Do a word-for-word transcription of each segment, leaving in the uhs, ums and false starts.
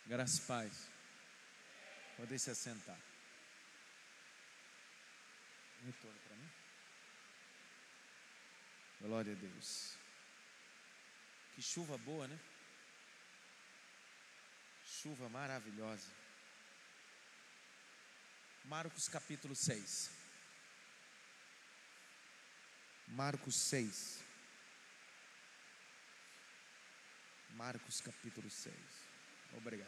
Graças e paz. Podem se assentar. Retorno para mim. Glória a Deus. Que chuva boa, né? Chuva maravilhosa. Marcos capítulo seis. Marcos seis. Marcos capítulo seis. Obrigado.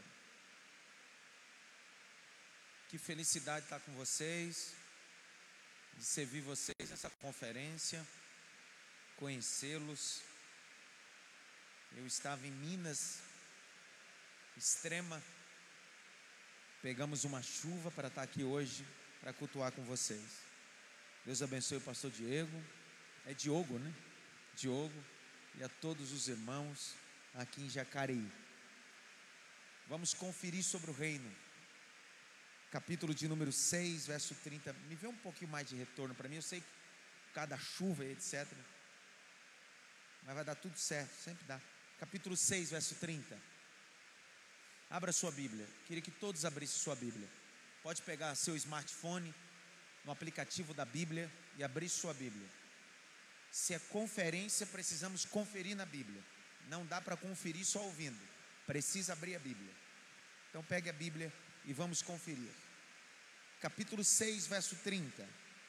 Que felicidade estar com vocês, de servir vocês nessa conferência, conhecê-los. Eu estava em Minas, extrema, pegamos uma chuva para estar aqui hoje, para cultuar com vocês. Deus abençoe o pastor Diego, é Diogo, né? Diogo, e a todos os irmãos aqui em Jacareí. Vamos conferir sobre o reino, capítulo de número seis, verso trinta. Me vê um pouquinho mais de retorno para mim. Eu sei que cada chuva e etcétera, mas vai dar tudo certo, sempre dá. Capítulo seis, verso trinta. Abra sua Bíblia. Queria que todos abrissem sua Bíblia. Pode pegar seu smartphone no aplicativo da Bíblia e abrir sua Bíblia. Se é conferência, precisamos conferir na Bíblia. Não dá para conferir só ouvindo. Precisa abrir a Bíblia. Então pegue a Bíblia e vamos conferir. Capítulo seis, verso trinta.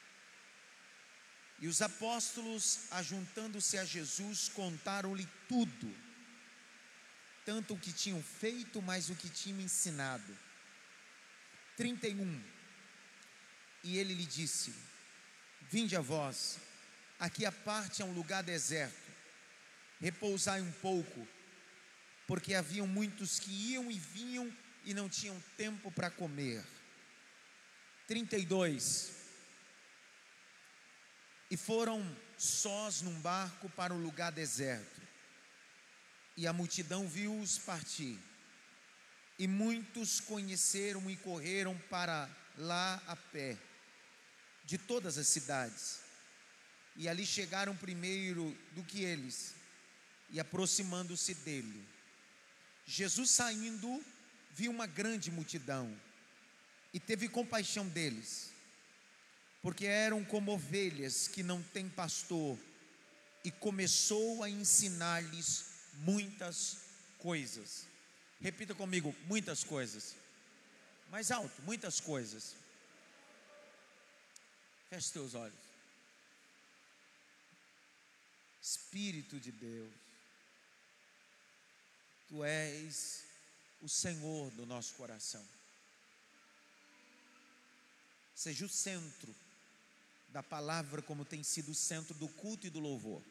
E os apóstolos, ajuntando-se a Jesus, contaram-lhe tudo, tanto o que tinham feito, mais o que tinham ensinado. trinta e um. E ele lhe disse: vinde a vós, aqui à parte é um lugar deserto, repousai um pouco, porque haviam muitos que iam e vinham e não tinham tempo para comer. trinta e dois. E foram sós num barco para o lugar deserto, e a multidão viu-os partir, e muitos conheceram e correram para lá a pé, de todas as cidades, e ali chegaram primeiro do que eles, e aproximando-se dele, Jesus saindo, viu uma grande multidão, e teve compaixão deles, porque eram como ovelhas que não têm pastor, e começou a ensinar-lhes muitas coisas. Repita comigo: muitas coisas. Mais alto: muitas coisas. Feche teus olhos. Espírito de Deus, Tu és o Senhor do nosso coração. Seja o centro da palavra, como tem sido o centro do culto e do louvor.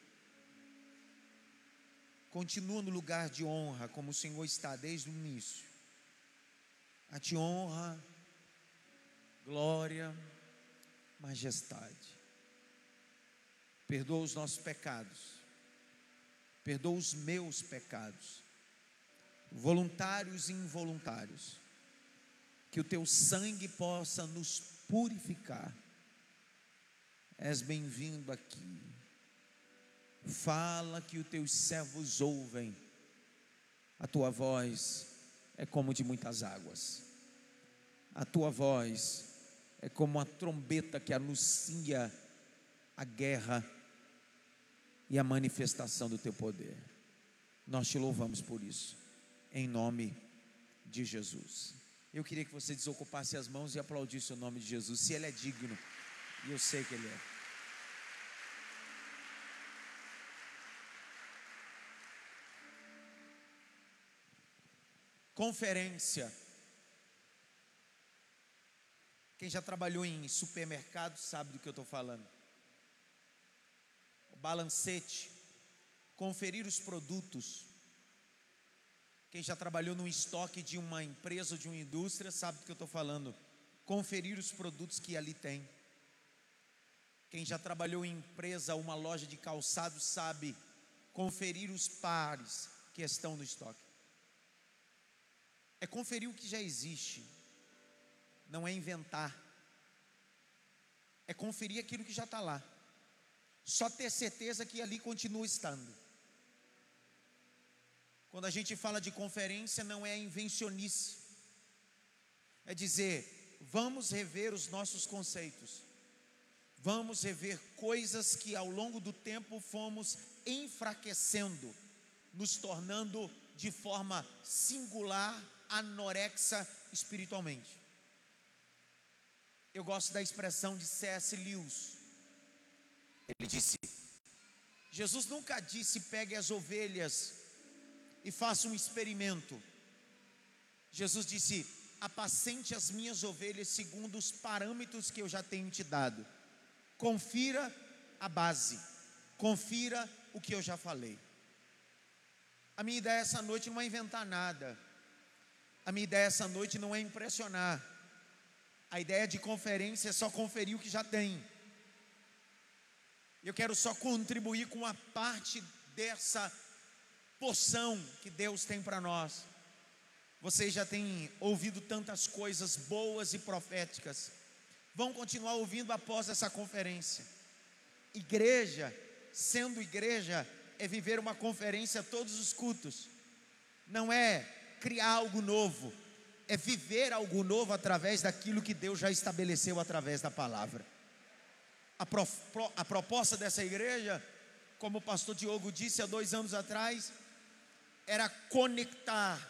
Continua no lugar de honra, como o Senhor está desde o início. A Ti honra, glória, majestade. Perdoa os nossos pecados, perdoa os meus pecados, voluntários e involuntários. Que o Teu sangue possa nos purificar. És bem-vindo aqui. Fala que os Teus servos ouvem. A Tua voz é como de muitas águas. A Tua voz é como a trombeta que anuncia a guerra e a manifestação do Teu poder. Nós Te louvamos por isso, em nome de Jesus. Eu queria que você desocupasse as mãos e aplaudisse o nome de Jesus, se Ele é digno, e eu sei que Ele é. Conferência. Quem já trabalhou em supermercado sabe do que eu estou falando. O balancete, conferir os produtos. Quem já trabalhou no estoque de uma empresa ou de uma indústria sabe do que eu estou falando. Conferir os produtos que ali tem. Quem já trabalhou em empresa ou uma loja de calçados sabe conferir os pares que estão no estoque. É conferir o que já existe, não é inventar. É conferir aquilo que já está lá, só ter certeza que ali continua estando. quando a gente fala de conferência, não é invencionice, é dizer, vamos rever os nossos conceitos, vamos rever coisas que ao longo do tempo fomos enfraquecendo, nos tornando de forma singular, anorexa espiritualmente. Eu gosto da expressão de C S Lewis. Ele disse, Jesus nunca disse, pegue as ovelhas e faça um experimento. Jesus disse, apacente as minhas ovelhas segundo os parâmetros que eu já tenho te dado. Confira a base, confira o que eu já falei. A minha ideia essa noite não é inventar nada. A minha ideia essa noite não é impressionar. A ideia de conferência é só conferir o que já tem. Eu quero só contribuir com a parte dessa porção que Deus tem para nós. Vocês já têm ouvido tantas coisas boas e proféticas. Vão continuar ouvindo após essa conferência. Igreja, sendo igreja, é viver uma conferência todos os cultos. Não é criar algo novo, é viver algo novo através daquilo que Deus já estabeleceu através da palavra. A, pro, a proposta dessa igreja, como o pastor Diogo disse há dois anos atrás, era conectar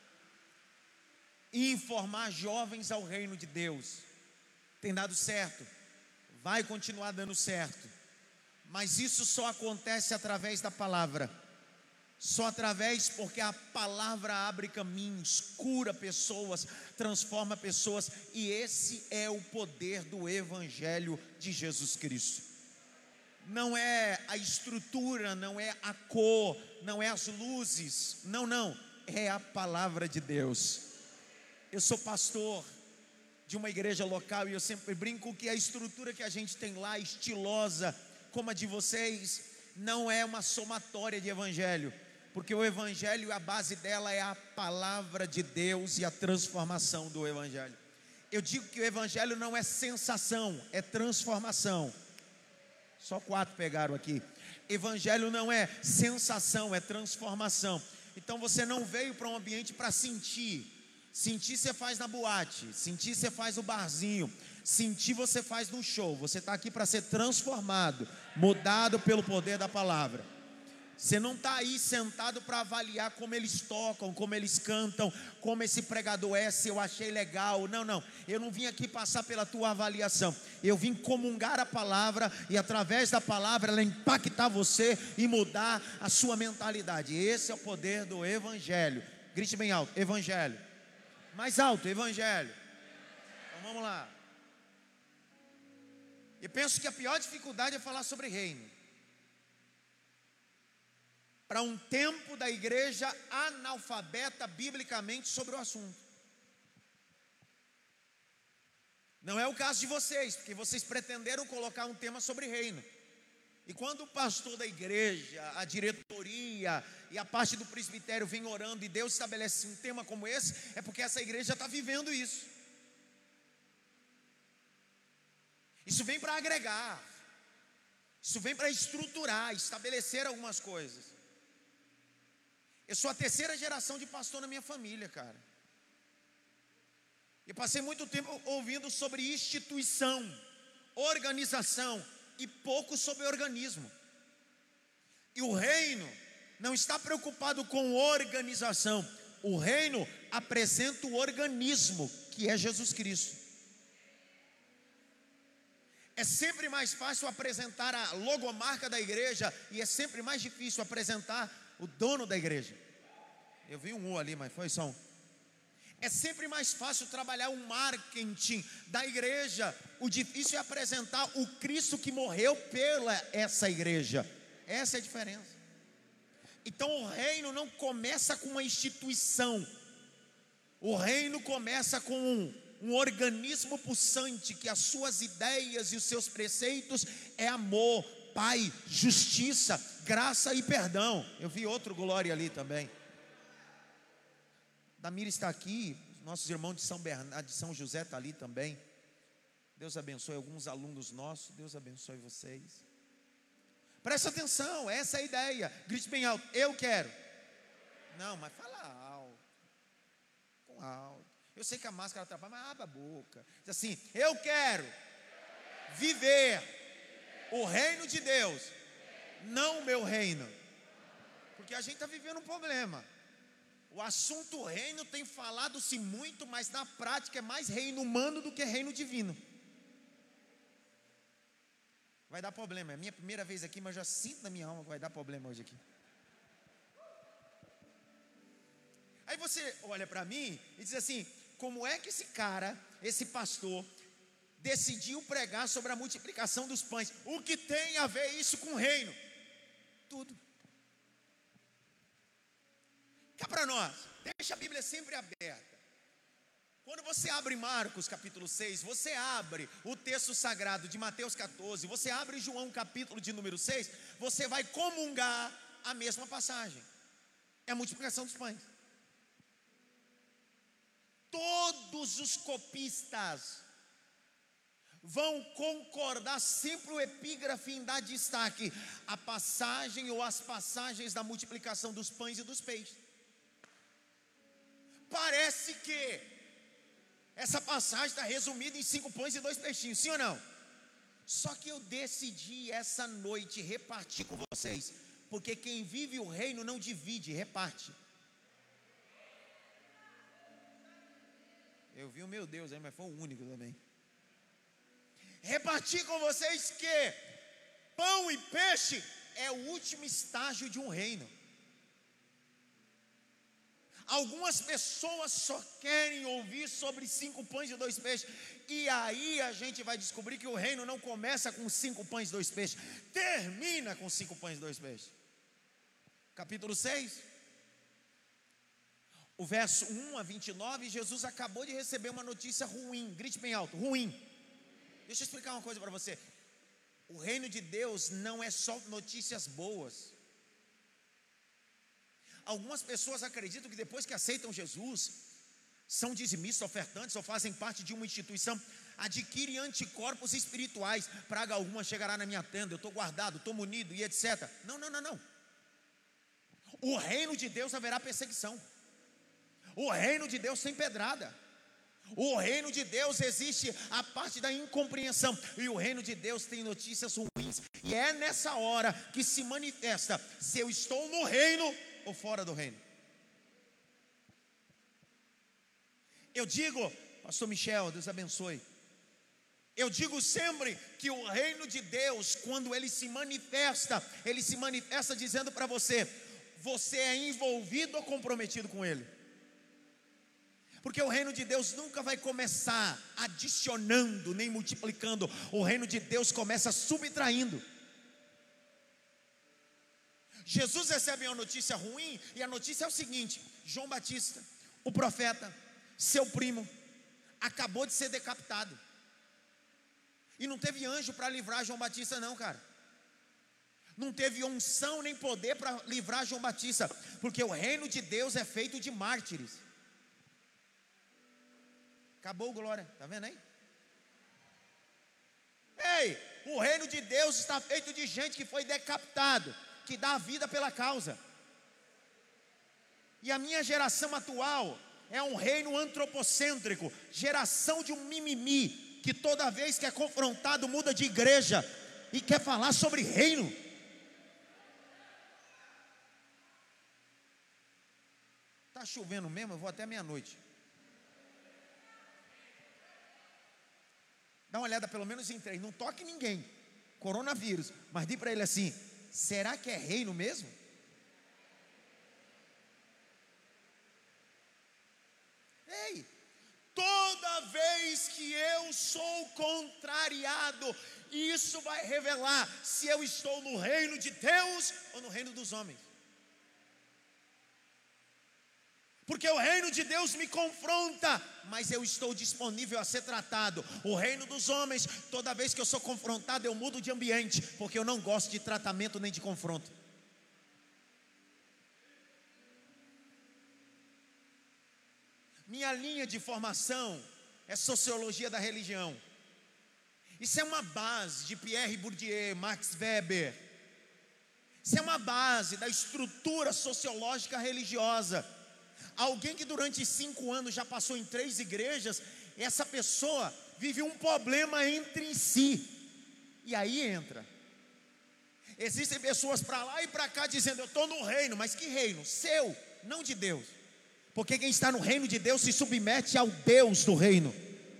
e informar jovens ao reino de Deus. Tem dado certo, vai continuar dando certo, mas isso só acontece através da palavra. Só através, porque a palavra abre caminhos, cura pessoas, transforma pessoas, e esse é o poder do Evangelho de Jesus Cristo. Não é a estrutura, não é a cor, não é as luzes, não, não, é a palavra de Deus. Eu sou pastor de uma igreja local e eu sempre brinco que a estrutura que a gente tem lá, estilosa, como a de vocês, não é uma somatória de evangelho, porque o evangelho, a base dela é a palavra de Deus e a transformação do evangelho. Eu digo que o evangelho não é sensação, é transformação. Só quatro pegaram aqui. Evangelho não é sensação, é transformação. Então você não veio para um ambiente para sentir. Sentir você faz na boate, sentir você faz no barzinho, sentir você faz no show. Você está aqui para ser transformado, mudado pelo poder da palavra. Você não está aí sentado para avaliar como eles tocam, como eles cantam, como esse pregador é, se eu achei legal. Não, não, eu não vim aqui passar pela tua avaliação. Eu vim comungar a palavra e através da palavra ela impactar você e mudar a sua mentalidade. Esse é o poder do evangelho. Grite bem alto, evangelho. Mais alto, evangelho. Então vamos lá. Eu penso que a pior dificuldade é falar sobre reino. Para um tempo da igreja analfabeta biblicamente sobre o assunto. Não é o caso de vocês, porque vocês pretenderam colocar um tema sobre reino. E quando o pastor da igreja, a diretoria e a parte do presbitério vem orando e Deus estabelece um tema como esse, é porque essa igreja está vivendo isso. Isso vem para agregar, isso vem para estruturar, estabelecer algumas coisas. Eu sou a terceira geração de pastor na minha família, cara. Eu passei muito tempo ouvindo sobre instituição, organização e pouco sobre organismo. E o reino não está preocupado com organização. O reino apresenta o organismo, que é Jesus Cristo. É sempre mais fácil apresentar a logomarca da igreja e é sempre mais difícil apresentar o dono da igreja. Eu vi um U ali, mas foi só um. É sempre mais fácil trabalhar o marketing da igreja. O difícil é apresentar o Cristo que morreu pela essa igreja. Essa é a diferença. Então o reino não começa com uma instituição. O reino começa com um, um organismo pulsante, que as suas ideias e os seus preceitos é amor, Pai, justiça, graça e perdão. Eu vi outro glória ali também. Damira está aqui, nossos irmãos de São Bernardo, de São José está ali também. Deus abençoe alguns alunos nossos, Deus abençoe vocês. Presta atenção, essa é a ideia. Grite bem alto, eu quero Não, mas fala alto. Com alto. Eu sei que a máscara atrapalha, mas abre a boca. Diz assim: eu quero viver o reino de Deus, não o meu reino. Porque a gente está vivendo um problema. O assunto reino tem falado-se muito, mas na prática é mais reino humano do que reino divino. Vai dar problema, é a minha primeira vez aqui, mas eu já sinto na minha alma que vai dar problema hoje aqui. Aí você olha para mim e diz assim: como é que esse cara, esse pastor, decidiu pregar sobre a multiplicação dos pães? O que tem a ver isso com o reino? Tudo. Cá para nós, deixa a Bíblia sempre aberta. Quando você abre Marcos capítulo seis, você abre o texto sagrado de Mateus catorze, você abre João capítulo de número seis, você vai comungar a mesma passagem. É a multiplicação dos pães. Todos os copistas vão concordar, sempre o epígrafe em dar destaque a passagem ou as passagens da multiplicação dos pães e dos peixes. Parece que essa passagem está resumida em cinco pães e dois peixinhos, sim ou não? Só que eu decidi essa noite repartir com vocês, porque quem vive o reino não divide, reparte. Eu vi o meu Deus aí, mas foi o único também. Repartir com vocês que pão e peixe é o último estágio de um reino. Algumas pessoas só querem ouvir sobre cinco pães e dois peixes, e aí a gente vai descobrir que o reino não começa com cinco pães e dois peixes, termina com cinco pães e dois peixes. Capítulo seis, o verso um a vinte e nove, Jesus acabou de receber uma notícia ruim. Grite bem alto: ruim. Deixa eu explicar uma coisa para você. O reino de Deus não é só notícias boas. Algumas pessoas acreditam que depois que aceitam Jesus, são dizimistas, ofertantes ou fazem parte de uma instituição, adquirem anticorpos espirituais. Praga alguma chegará na minha tenda, eu estou guardado, estou munido e etcétera. Não, não, não, não. O reino de Deus haverá perseguição. O reino de Deus tem pedrada. O reino de Deus existe a parte da incompreensão, e o reino de Deus tem notícias ruins. E é nessa hora que se manifesta se eu estou no reino ou fora do reino. Eu digo, pastor Michel, Deus abençoe, eu digo sempre que o reino de Deus, quando ele se manifesta, ele se manifesta dizendo para você: você é envolvido ou comprometido com ele? Porque o reino de Deus nunca vai começar adicionando nem multiplicando. O reino de Deus começa subtraindo. Jesus recebe uma notícia ruim, e a notícia é o seguinte: João Batista, o profeta, seu primo, acabou de ser decapitado. E não teve anjo para livrar João Batista não, cara. Não teve unção nem poder para livrar João Batista, porque o reino de Deus é feito de mártires. Acabou, glória, está vendo aí? Ei, o reino de Deus está feito de gente que foi decapitado, que dá a vida pela causa. E a minha geração atual é um reino antropocêntrico, geração de um mimimi, que toda vez que é confrontado muda de igreja e quer falar sobre reino. Está chovendo mesmo? Eu vou até meia-noite. Dá uma olhada pelo menos em três, não toque ninguém, coronavírus, mas diga para ele assim: será que é reino mesmo? Ei, toda vez que eu sou contrariado, isso vai revelar se eu estou no reino de Deus ou no reino dos homens. Porque o reino de Deus me confronta, mas eu estou disponível a ser tratado. O reino dos homens, toda vez que eu sou confrontado, eu mudo de ambiente, porque eu não gosto de tratamento nem de confronto. Minha linha de formação é sociologia da religião. Isso é uma base de Pierre Bourdieu, Max Weber. Isso é uma base da estrutura sociológica religiosa. Alguém que durante cinco anos já passou em três igrejas, essa pessoa vive um problema entre si. E aí entra. Existem pessoas para lá e para cá dizendo: eu estou no reino. Mas que reino? Seu, não de Deus. Porque quem está no reino de Deus se submete ao Deus do reino.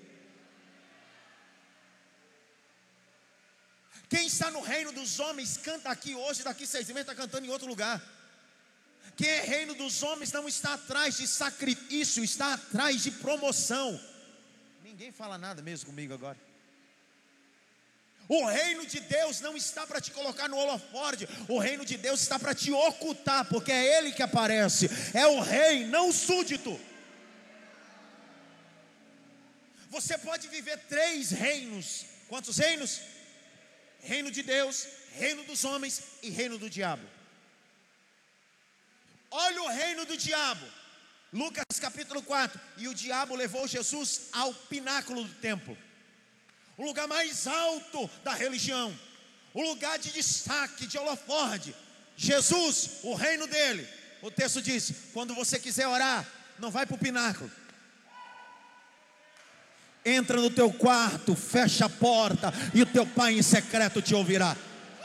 Quem está no reino dos homens canta aqui hoje, daqui seis meses está cantando em outro lugar. Quem é reino dos homens não está atrás de sacrifício, está atrás de promoção. Ninguém fala nada mesmo comigo agora. O reino de Deus não está para te colocar no holofote. O reino de Deus está para te ocultar, porque é Ele que aparece. É o rei, não o súdito. Você pode viver três reinos. Quantos reinos? Reino de Deus, reino dos homens e reino do diabo. Olha o reino do diabo. Lucas capítulo quatro. E o diabo levou Jesus ao pináculo do templo, o lugar mais alto da religião, o lugar de destaque, de holofote. Jesus, o reino dele. O texto diz: quando você quiser orar, não vai para o pináculo. Entra no teu quarto, fecha a porta, e o teu pai em secreto te ouvirá.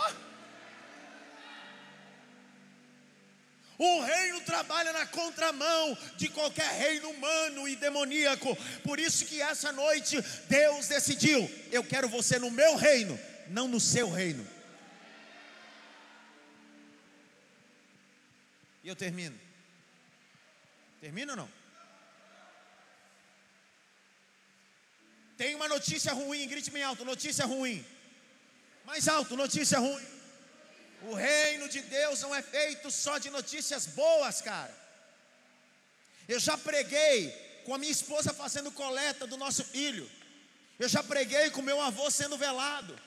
O reino trabalha na contramão de qualquer reino humano e demoníaco. Por isso que essa noite Deus decidiu: eu quero você no meu reino, não no seu reino. E eu termino. Termino ou não? Tem uma notícia ruim, grite bem alto: notícia ruim. Mais alto: notícia ruim. O reino de Deus não é feito só de notícias boas, cara. Eu já preguei com a minha esposa fazendo coleta do nosso filho. Eu já preguei com meu avô sendo velado.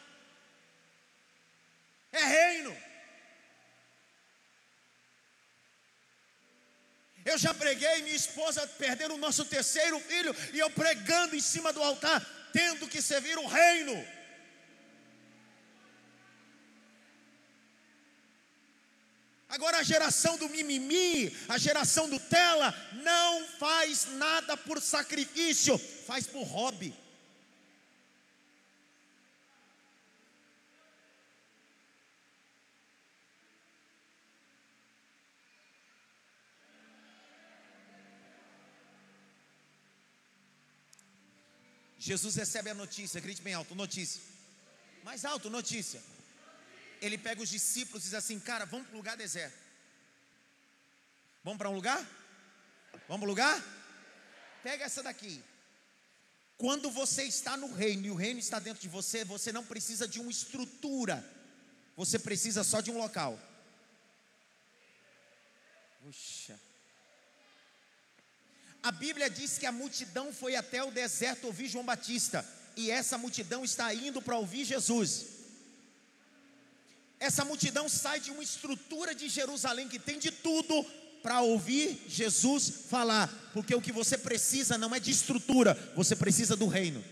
É reino. Eu já preguei minha esposa perdendo o nosso terceiro filho, e eu pregando em cima do altar, tendo que servir o reino. Agora a geração do mimimi, a geração do tela, não faz nada por sacrifício, faz por hobby. Jesus recebe a notícia, grite bem alto: notícia. Mais alto: notícia. Ele pega os discípulos e diz assim: cara, vamos para um lugar deserto. Vamos para um lugar? Vamos para um lugar? Pega essa daqui. Quando você está no reino e o reino está dentro de você, você não precisa de uma estrutura, você precisa só de um local. Puxa. A Bíblia diz que a multidão foi até o deserto ouvir João Batista, e essa multidão está indo para ouvir Jesus. Essa multidão sai de uma estrutura de Jerusalém que tem de tudo para ouvir Jesus falar, porque o que você precisa não é de estrutura, você precisa do reino.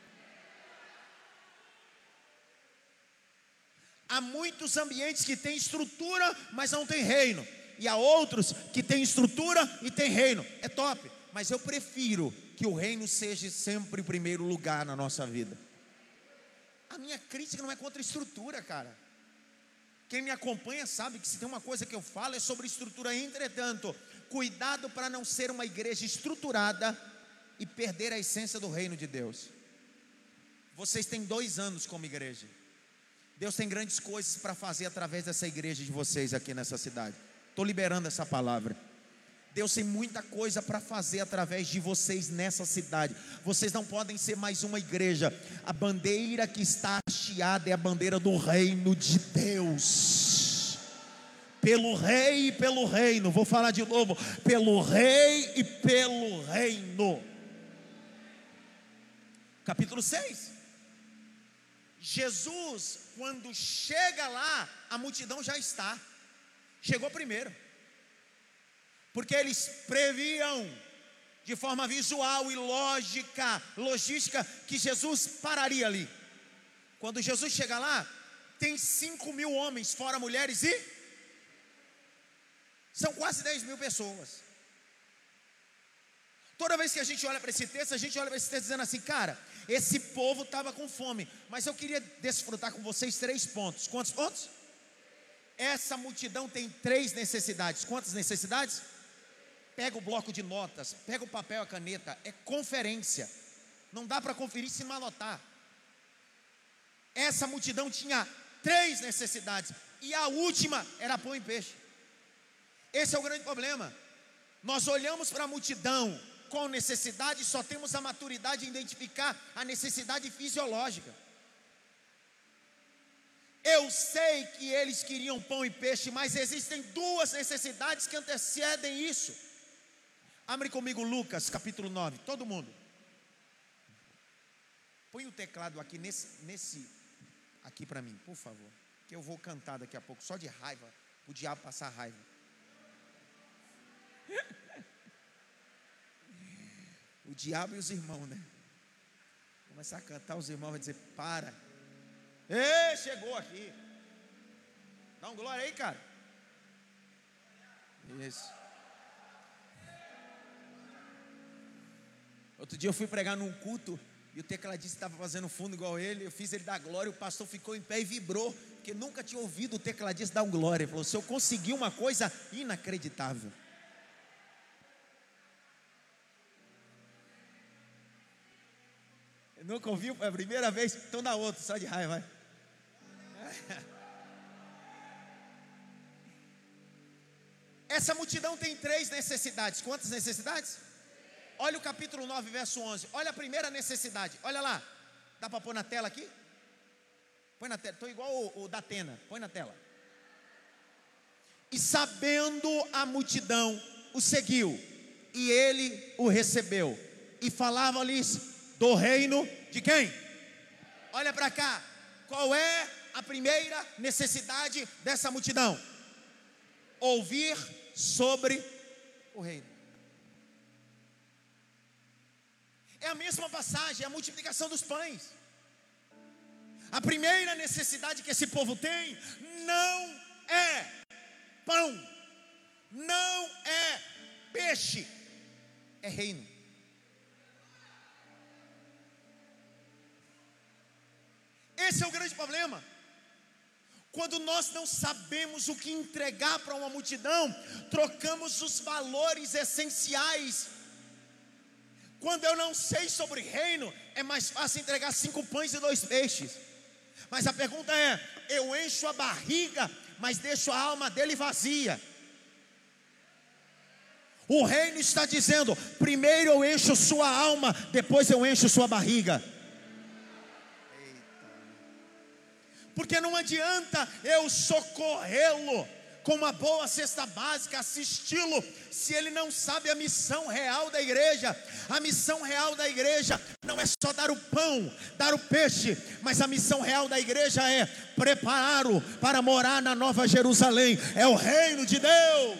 Há muitos ambientes que têm estrutura, mas não tem reino, e há outros que têm estrutura e tem reino. É top, mas eu prefiro que o reino seja sempre o primeiro lugar na nossa vida. A minha crítica não é contra a estrutura, cara. Quem me acompanha sabe que se tem uma coisa que eu falo é sobre estrutura. Entretanto, cuidado para não ser uma igreja estruturada e perder a essência do reino de Deus. Vocês têm dois anos como igreja. Deus tem grandes coisas para fazer através dessa igreja de vocês aqui nessa cidade. Estou liberando essa palavra. Deus tem muita coisa para fazer através de vocês nessa cidade. Vocês não podem ser mais uma igreja. A bandeira que está hasteada é a bandeira do reino de Deus. Pelo rei e pelo reino. Vou falar de novo. Pelo rei e pelo reino. Capítulo seis. Jesus, quando chega lá, a multidão já está. Chegou primeiro. Porque eles previam de forma visual e lógica, logística, que Jesus pararia ali. Quando Jesus chega lá, tem cinco mil homens, fora mulheres e São quase dez mil pessoas. Toda vez que a gente olha para esse texto, a gente olha para esse texto dizendo assim: cara, esse povo estava com fome. Mas eu queria desfrutar com vocês três pontos. Quantos pontos? Essa multidão tem três necessidades. Quantas necessidades? Pega o bloco de notas, pega o papel e a caneta. É conferência. Não dá para conferir sem anotar. Essa multidão tinha três necessidades, e a última era pão e peixe. Esse é o grande problema. Nós olhamos para a multidão com necessidade e só temos a maturidade de identificar a necessidade fisiológica. Eu sei que eles queriam pão e peixe, mas existem duas necessidades que antecedem isso. Abre comigo Lucas capítulo nove, todo mundo. Põe o teclado aqui nesse, nesse aqui para mim, por favor, que eu vou cantar daqui a pouco, só de raiva, o diabo passar raiva. O diabo e os irmãos, né? Começar a cantar, os irmãos vão dizer: para. Ei, chegou aqui. Dá um glória aí, cara. Isso. Outro dia eu fui pregar num culto e o tecladista estava fazendo fundo igual ele. Eu fiz ele dar glória, o pastor ficou em pé e vibrou, porque nunca tinha ouvido o tecladista dar um glória. Ele falou: se eu conseguir uma coisa inacreditável. Eu nunca ouviu, foi a primeira vez. Então dá outro, só de raiva, vai. Essa multidão tem três necessidades. Quantas necessidades? Olha o capítulo nove, verso onze. Olha a primeira necessidade, olha lá. Dá para pôr na tela aqui? Põe na tela, estou igual o, o da Atena. Põe na tela. E sabendo a multidão, o seguiu, e ele o recebeu, e falava-lhes do reino de quem? Olha para cá. Qual é a primeira necessidade dessa multidão? Ouvir sobre o reino. É a mesma passagem, é a multiplicação dos pães. A primeira necessidade que esse povo tem não é pão, não é peixe, é reino. Esse é o grande problema. Quando nós não sabemos o que entregar para uma multidão, trocamos os valores essenciais. Quando eu não sei sobre reino, é mais fácil entregar cinco pães e dois peixes. Mas a pergunta é: eu encho a barriga, mas deixo a alma dele vazia. O reino está dizendo: primeiro eu encho sua alma, depois eu encho sua barriga. Porque não adianta eu socorrê-lo com uma boa cesta básica, assisti-lo, se ele não sabe a missão real da igreja. A missão real da igreja não é só dar o pão, dar o peixe, mas a missão real da igreja é preparar-o para morar na Nova Jerusalém. É o reino de Deus.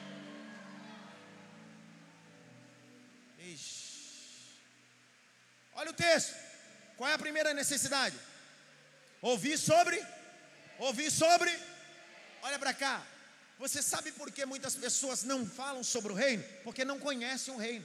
Ixi. Olha o texto. Qual é a primeira necessidade? Ouvir sobre, ouvir sobre, olha para cá. Você sabe por que muitas pessoas não falam sobre o reino? Porque não conhecem o reino.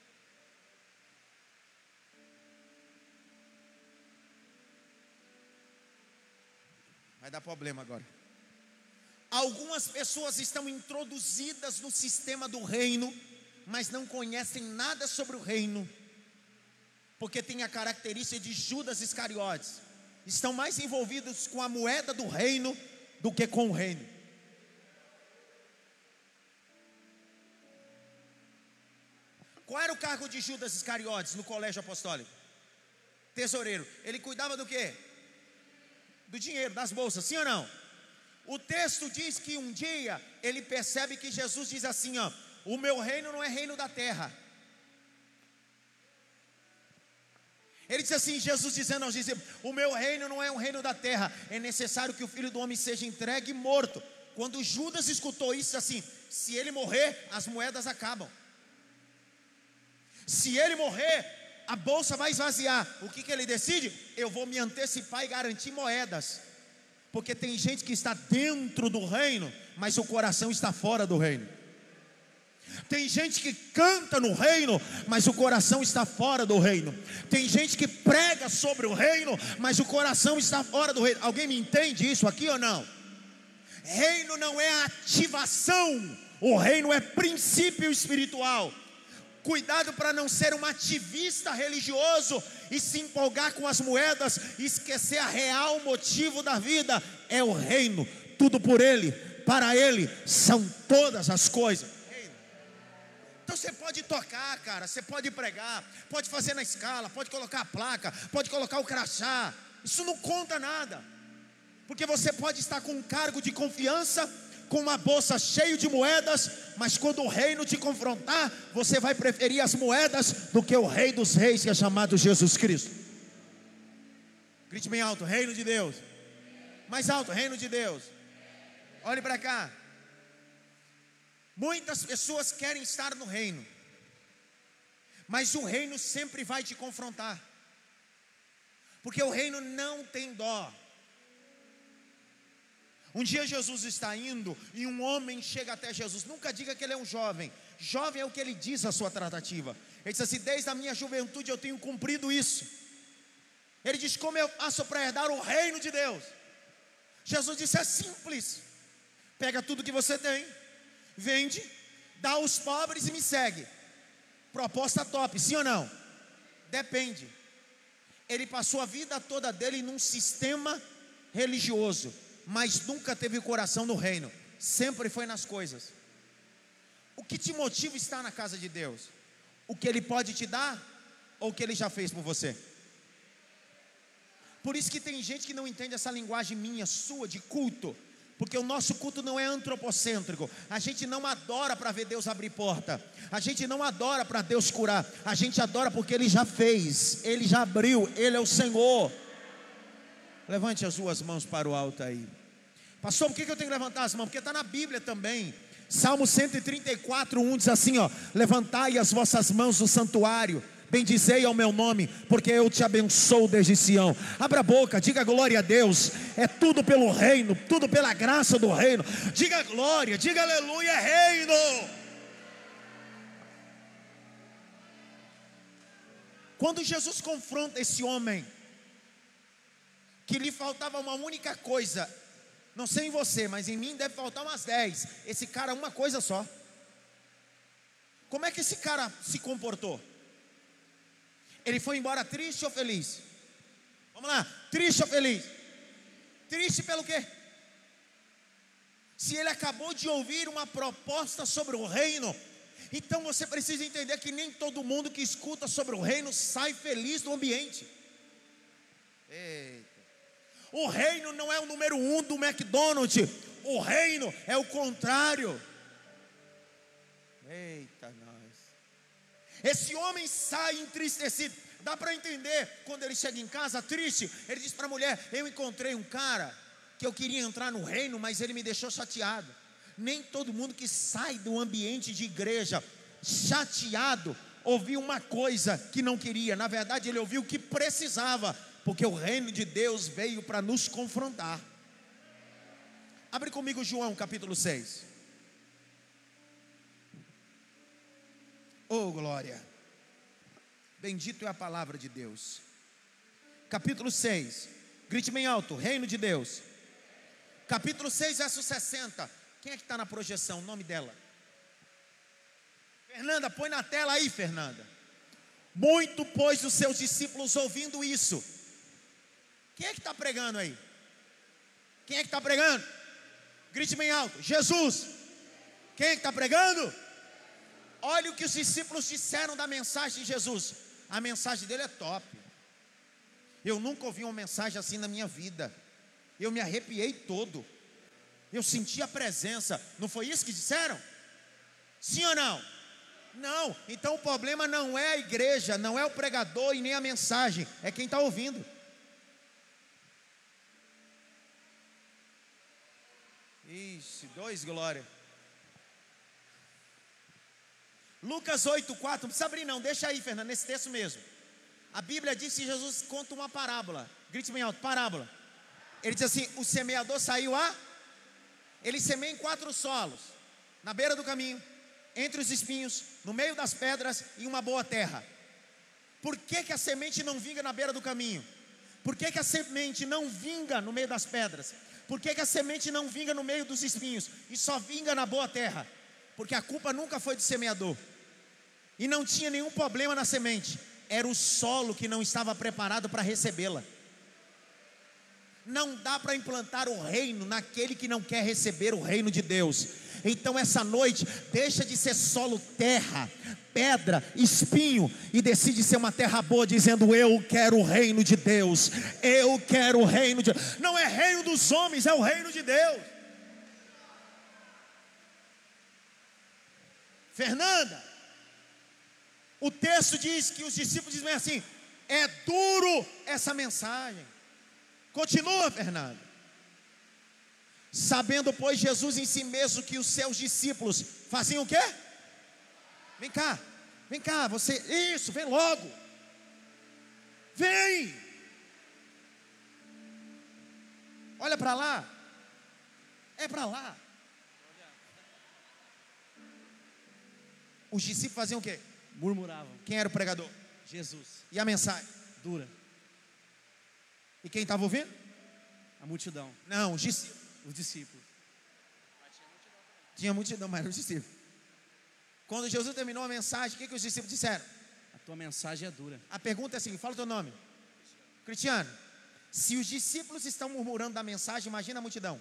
Vai dar problema agora. Algumas pessoas estão introduzidas no sistema do reino, mas não conhecem nada sobre o reino, porque tem a característica de Judas Iscariotes. Estão mais envolvidos com a moeda do reino do que com o reino. Qual era o cargo de Judas Iscariotes no colégio apostólico? Tesoureiro. Ele cuidava do quê? Do dinheiro, das bolsas, sim ou não? O texto diz que um dia ele percebe que Jesus diz assim, ó: o meu reino não é reino da terra. Ele diz assim, Jesus dizendo aos discípulos: o meu reino não é um reino da terra, é necessário que o Filho do Homem seja entregue e morto. Quando Judas escutou isso, assim: se ele morrer, as moedas acabam. Se ele morrer, a bolsa vai esvaziar. O que, que ele decide? Eu vou me antecipar e garantir moedas. Porque tem gente que está dentro do reino, mas o coração está fora do reino. Tem gente que canta no reino, mas o coração está fora do reino. Tem gente que prega sobre o reino, mas o coração está fora do reino. Alguém me entende isso aqui ou não? Reino não é ativação, o reino é princípio espiritual. Cuidado para não ser um ativista religioso e se empolgar com as moedas e esquecer a real motivo da vida. É o reino, tudo por ele, para ele são todas as coisas. Então você pode tocar, cara, você pode pregar, pode fazer na escala, pode colocar a placa, pode colocar o crachá. Isso não conta nada, porque você pode estar com um cargo de confiança, com uma bolsa cheia de moedas, mas quando o reino te confrontar, você vai preferir as moedas do que o Rei dos Reis, que é chamado Jesus Cristo. Grite bem alto: reino de Deus. Mais alto: reino de Deus. Olhe para cá. Muitas pessoas querem estar no reino, mas o reino sempre vai te confrontar, porque o reino não tem dó. Um dia Jesus está indo e um homem chega até Jesus. Nunca diga que ele é um jovem. Jovem é o que ele diz a sua tratativa. Ele diz assim: desde a minha juventude eu tenho cumprido isso. Ele diz: como eu faço para herdar o reino de Deus? Jesus disse: é simples. Pega tudo que você tem, vende, dá aos pobres e me segue. Proposta top, sim ou não? Depende. Ele passou a vida toda dele num sistema religioso, mas nunca teve o coração no reino. Sempre foi nas coisas. O que te motiva a estar na casa de Deus? O que Ele pode te dar ou o que Ele já fez por você? Por isso que tem gente que não entende essa linguagem minha, sua, de culto. Porque o nosso culto não é antropocêntrico. A gente não adora para ver Deus abrir porta. A gente não adora para Deus curar. A gente adora porque Ele já fez, Ele já abriu, Ele é o Senhor. Levante as suas mãos para o alto aí. Pastor, por que eu tenho que levantar as mãos? Porque está na Bíblia também. Salmo cento e trinta e quatro, um diz assim, ó: levantai as vossas mãos do santuário, bendizei ao meu nome, porque eu te abençoo desde Sião. Abra a boca, diga glória a Deus. É tudo pelo reino, tudo pela graça do reino. Diga glória, diga aleluia, é reino. Quando Jesus confronta esse homem, que lhe faltava uma única coisa, não sei em você, mas em mim deve faltar umas dez. Esse cara, uma coisa só. Como é que esse cara se comportou? Ele foi embora triste ou feliz? Vamos lá, triste ou feliz? Triste pelo quê? Se ele acabou de ouvir uma proposta sobre o reino, então você precisa entender que nem todo mundo que escuta sobre o reino sai feliz do ambiente. Eita. O reino não é o número um do McDonald's. O reino é o contrário. Eita nós. Esse homem sai entristecido. Dá para entender, quando ele chega em casa triste, ele diz para a mulher: eu encontrei um cara que eu queria entrar no reino, mas ele me deixou chateado. Nem todo mundo que sai do ambiente de igreja chateado ouviu uma coisa que não queria. Na verdade ele ouviu o que precisava, porque o reino de Deus veio para nos confrontar. Abre comigo João capítulo seis. Oh glória, bendito é a palavra de Deus. Capítulo seis, grite bem alto: reino de Deus. Capítulo seis, verso sessenta. Quem é que está na projeção? O nome dela? Fernanda, põe na tela aí, Fernanda. Muito, pois, os seus discípulos ouvindo isso. Quem é que está pregando aí? Quem é que está pregando? Grite bem alto: Jesus. Quem é que está pregando? Olha o que os discípulos disseram da mensagem de Jesus. A mensagem dele é top. Eu nunca ouvi uma mensagem assim na minha vida. Eu me arrepiei todo. Eu senti a presença. Não foi isso que disseram? Sim ou não? Não. Então o problema não é a igreja, não é o pregador e nem a mensagem, é quem está ouvindo. Ixi, dois glória. Lucas oito, quatro, não precisa abrir não, deixa aí, Fernando, nesse texto mesmo. A Bíblia diz que Jesus conta uma parábola. Grite bem alto: parábola. Ele diz assim: o semeador saiu a... Ele semeia em quatro solos: na beira do caminho, entre os espinhos, no meio das pedras e uma boa terra. Por que que a semente não vinga na beira do caminho? Por que que a semente não vinga no meio das pedras? Por que que a semente não vinga no meio dos espinhos e só vinga na boa terra? Porque a culpa nunca foi do semeador. E não tinha nenhum problema na semente. Era o solo que não estava preparado para recebê-la. Não dá para implantar o reino naquele que não quer receber o reino de Deus. Então essa noite, deixa de ser solo terra, pedra, espinho, e decide ser uma terra boa, dizendo: eu quero o reino de Deus. Eu quero o reino de Deus. Não é reino dos homens, é o reino de Deus. Fernanda, o texto diz que os discípulos dizem assim: é duro essa mensagem. Continua, Fernanda. Sabendo, pois, Jesus em si mesmo que os seus discípulos faziam o quê? Vem cá, vem cá, você, isso, vem logo. Vem. Olha para lá. É para lá. Os discípulos faziam o quê? Murmuravam. Quem era o pregador? Jesus. E a mensagem? Dura. E quem estava ouvindo? A multidão. Não, os discípulos. Os discípulos. Tinha multidão, mas era os discípulos. Quando Jesus terminou a mensagem, o que, que os discípulos disseram? A tua mensagem é dura. A pergunta é assim: fala o teu nome. Cristiano. Se os discípulos estão murmurando da mensagem, imagina a multidão.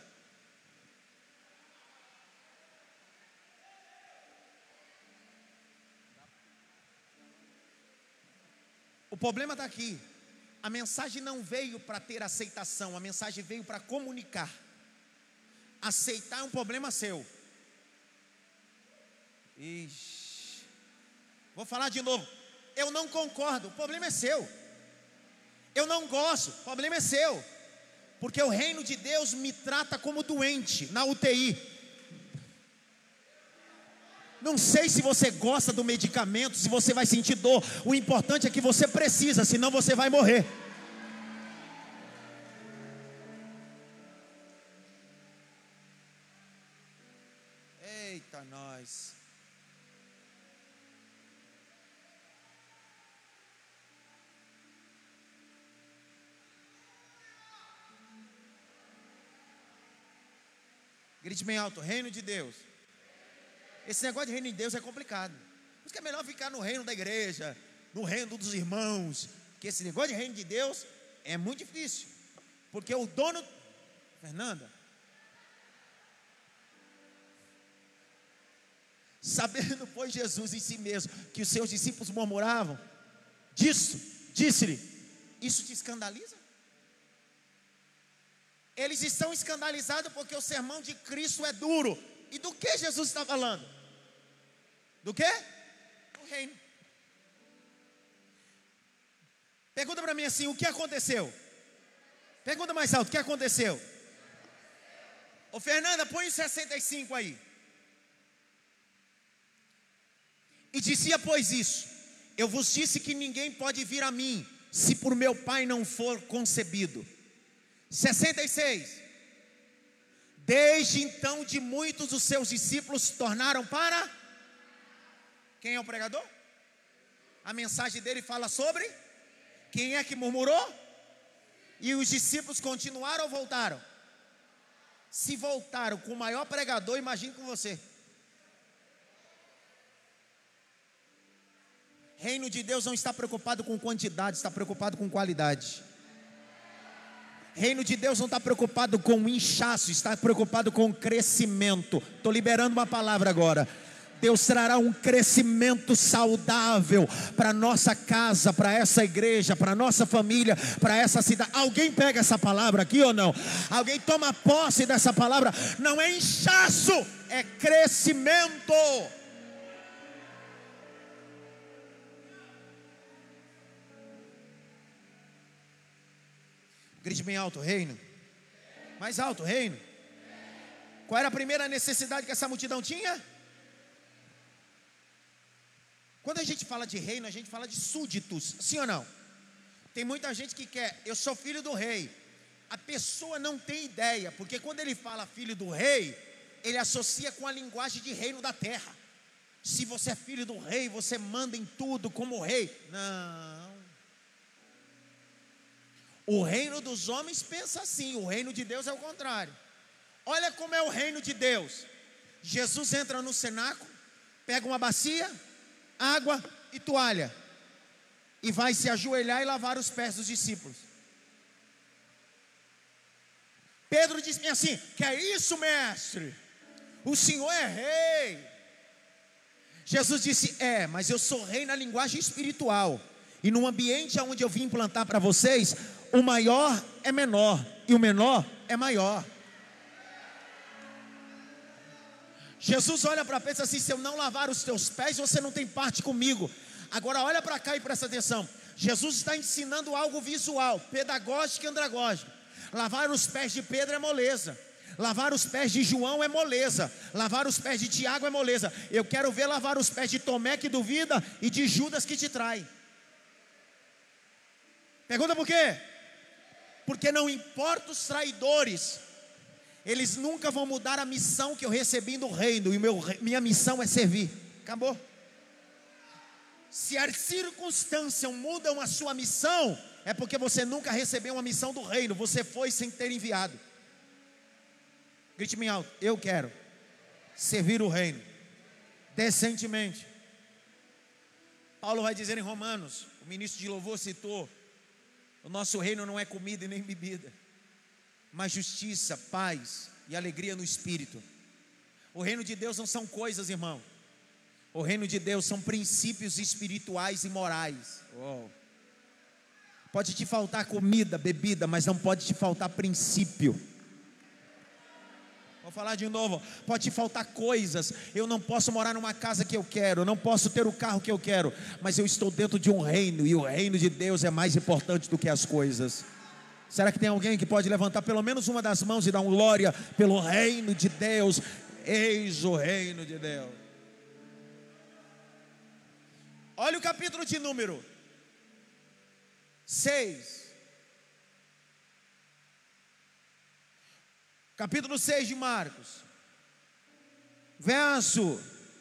O problema está aqui. A mensagem não veio para ter aceitação, a mensagem veio para comunicar. Aceitar é um problema seu. Ixi. Vou falar de novo. Eu não concordo, o problema é seu. Eu não gosto, o problema é seu. Porque o reino de Deus me trata como doente na U T I. Não sei se você gosta do medicamento, se você vai sentir dor. O importante é que você precisa, senão você vai morrer. Eita, nós. Grite bem alto: reino de Deus. Esse negócio de reino de Deus é complicado. Por isso que é melhor ficar no reino da igreja, no reino dos irmãos. Porque esse negócio de reino de Deus é muito difícil. Porque o dono... Fernanda, sabendo, pois, Jesus em si mesmo que os seus discípulos murmuravam disso, disse-lhe: isso te escandaliza? Eles estão escandalizados porque o sermão de Cristo é duro. E do que Jesus está falando? Do que? Do reino. Pergunta para mim assim: o que aconteceu? Pergunta mais alto: o que aconteceu? Ô Fernanda, põe o sessenta e cinco aí. E dizia, pois, isso: eu vos disse que ninguém pode vir a mim, se por meu Pai não for concebido. sessenta e seis. Desde então, de muitos dos seus discípulos se tornaram para... Quem é o pregador? A mensagem dele fala sobre... Quem é que murmurou? E os discípulos continuaram ou voltaram? Se voltaram com o maior pregador, imagine com você. Reino de Deus não está preocupado com quantidade, está preocupado com qualidade. Reino de Deus não está preocupado com inchaço, está preocupado com crescimento. Estou liberando uma palavra agora. Deus trará um crescimento saudável para a nossa casa, para essa igreja, para a nossa família, para essa cidade. Alguém pega essa palavra aqui ou não? Alguém toma posse dessa palavra? Não é inchaço, é crescimento. Grite bem alto: reino. Mais alto: reino. Qual era a primeira necessidade que essa multidão tinha? Quando a gente fala de reino, a gente fala de súditos, sim ou não? Tem muita gente que quer: eu sou filho do rei. A pessoa não tem ideia, porque quando ele fala filho do rei, ele associa com a linguagem de reino da terra. Se você é filho do rei, você manda em tudo como rei. Não. O reino dos homens pensa assim, o reino de Deus é o contrário. Olha como é o reino de Deus. Jesus entra no cenáculo, pega uma bacia, água e toalha, e vai se ajoelhar e lavar os pés dos discípulos. Pedro disse assim: que é isso, mestre? O Senhor é rei. Jesus disse: é, mas eu sou rei na linguagem espiritual. E no ambiente onde eu vim implantar para vocês, o maior é menor e o menor é maior. Jesus olha para Pedro e diz assim: se eu não lavar os teus pés, você não tem parte comigo. Agora olha para cá e presta atenção. Jesus está ensinando algo visual, pedagógico e andragógico. Lavar os pés de Pedro é moleza. Lavar os pés de João é moleza. Lavar os pés de Tiago é moleza. Eu quero ver lavar os pés de Tomé, que duvida, e de Judas, que te trai. Pergunta por quê? Porque não importa os traidores, eles nunca vão mudar a missão que eu recebi do reino. E meu, minha missão é servir. Acabou. Se as circunstâncias mudam a sua missão, é porque você nunca recebeu uma missão do reino. Você foi sem ter enviado. Grite bem alto: eu quero servir o reino decentemente. Paulo vai dizer em Romanos, o ministro de louvor citou: o nosso reino não é comida e nem bebida, mas justiça, paz e alegria no Espírito. O reino de Deus não são coisas, irmão. O reino de Deus são princípios espirituais e morais. Oh. Pode te faltar comida, bebida, mas não pode te faltar princípio. Vou falar de novo. Pode te faltar coisas. Eu não posso morar numa casa que eu quero, eu não posso ter o carro que eu quero, mas eu estou dentro de um reino, e o reino de Deus é mais importante do que as coisas. Será que tem alguém que pode levantar pelo menos uma das mãos e dar um glória pelo reino de Deus? Eis o reino de Deus. Olha o capítulo de número seis. Capítulo seis de Marcos. Verso.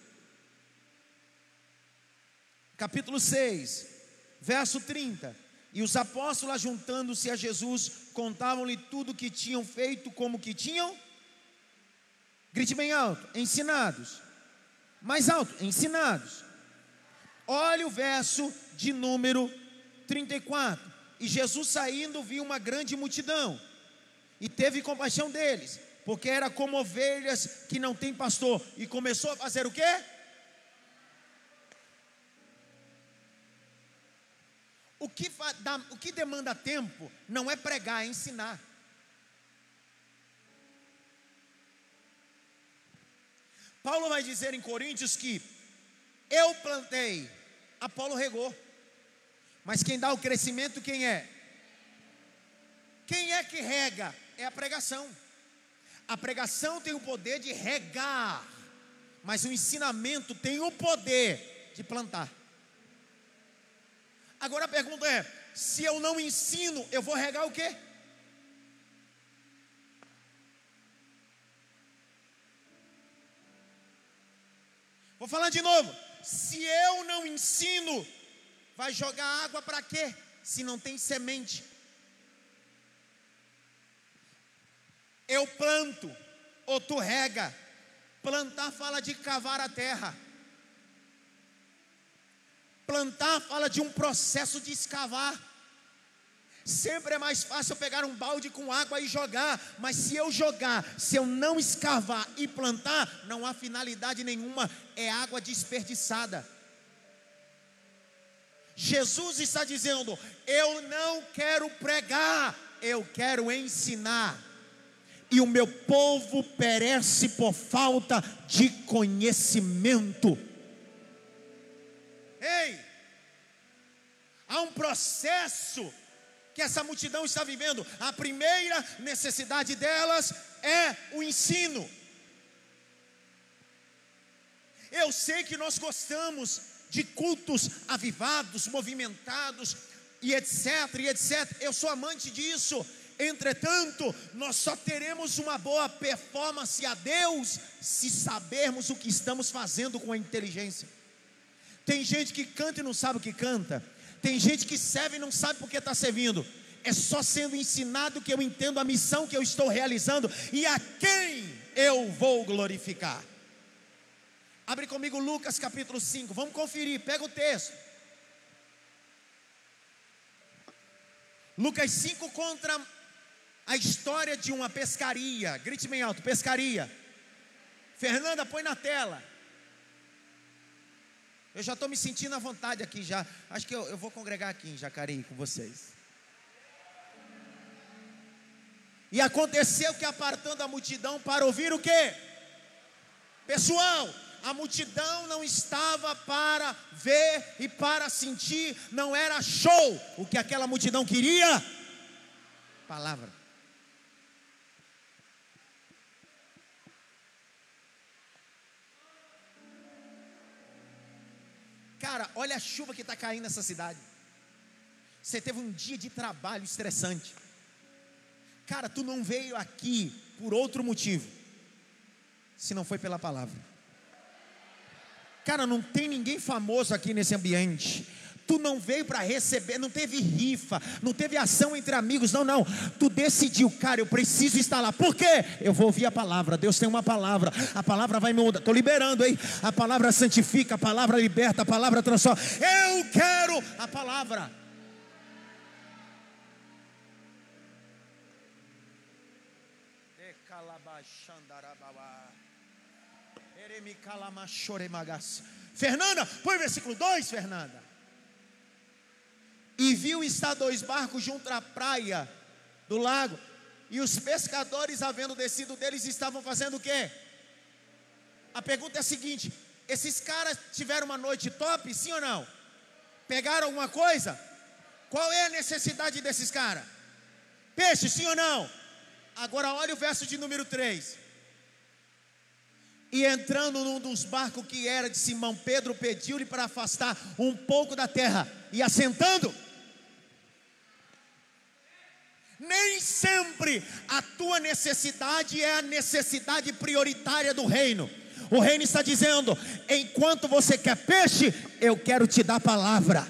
Capítulo seis, verso trinta. E os apóstolos, juntando-se a Jesus, contavam-lhe tudo o que tinham feito, como que tinham. Grite bem alto: ensinados. Mais alto: ensinados. Olha o verso de número trinta e quatro. E Jesus, saindo, viu uma grande multidão e teve compaixão deles, porque era como ovelhas que não têm pastor, e começou a fazer o quê? O que, dá, o que demanda tempo não é pregar, é ensinar. Paulo vai dizer em Coríntios que eu plantei, Apolo regou, mas quem dá o crescimento quem é? Quem é que rega? É a pregação. A pregação tem o poder de regar, mas o ensinamento tem o poder de plantar. Agora a pergunta é: se eu não ensino, eu vou regar o quê? Vou falar de novo. Se eu não ensino, vai jogar água para quê? Se não tem semente. Eu planto, ou tu rega. Plantar fala de cavar a terra. Plantar fala de um processo de escavar. Sempre é mais fácil eu pegar um balde com água e jogar, mas se eu jogar, se eu não escavar e plantar, não há finalidade nenhuma, é água desperdiçada. Jesus está dizendo: eu não quero pregar, eu quero ensinar. E o meu povo perece por falta de conhecimento. Ei, há um processo que essa multidão está vivendo. A primeira necessidade delas é o ensino. Eu sei que nós gostamos de cultos avivados, movimentados, e etc, e etc. Eu sou amante disso. Entretanto, nós só teremos uma boa performance a Deus se sabermos o que estamos fazendo com a inteligência. Tem gente que canta e não sabe o que canta. Tem gente que serve e não sabe por que está servindo. É só sendo ensinado que eu entendo a missão que eu estou realizando e a quem eu vou glorificar. Abre comigo Lucas capítulo cinco, vamos conferir, pega o texto. Lucas cinco conta a história de uma pescaria. Grite bem alto, pescaria. Fernanda, põe na tela. Eu já estou me sentindo à vontade aqui já. Acho que eu, eu vou congregar aqui em Jacareí com vocês. E aconteceu que apartando a multidão para ouvir o quê? Pessoal, a multidão não estava para ver e para sentir, não era show. O que aquela multidão queria? Palavra. Cara, olha a chuva que está caindo nessa cidade. Você teve um dia de trabalho estressante. Cara, tu não veio aqui por outro motivo, se não foi pela palavra. Cara, não tem ninguém famoso aqui nesse ambiente. Tu não veio para receber, não teve rifa, não teve ação entre amigos, não, não. Tu decidiu, cara, eu preciso estar lá. Por quê? Eu vou ouvir a palavra. Deus tem uma palavra. A palavra vai me mudar. Estou liberando, hein? A palavra santifica, a palavra liberta, a palavra transforma. Eu quero a palavra. Fernanda, põe o versículo dois, Fernanda. E viu estar dois barcos junto à praia do lago, e os pescadores, havendo descido deles, estavam fazendo o quê? A pergunta é a seguinte: esses caras tiveram uma noite top, sim ou não? Pegaram alguma coisa? Qual é a necessidade desses caras? Peixe, sim ou não? Agora olha o verso de número três. E entrando num dos barcos que era de Simão Pedro, pediu-lhe para afastar um pouco da terra, e assentando. Nem sempre a tua necessidade é a necessidade prioritária do reino. O reino está dizendo: enquanto você quer peixe, eu quero te dar palavra.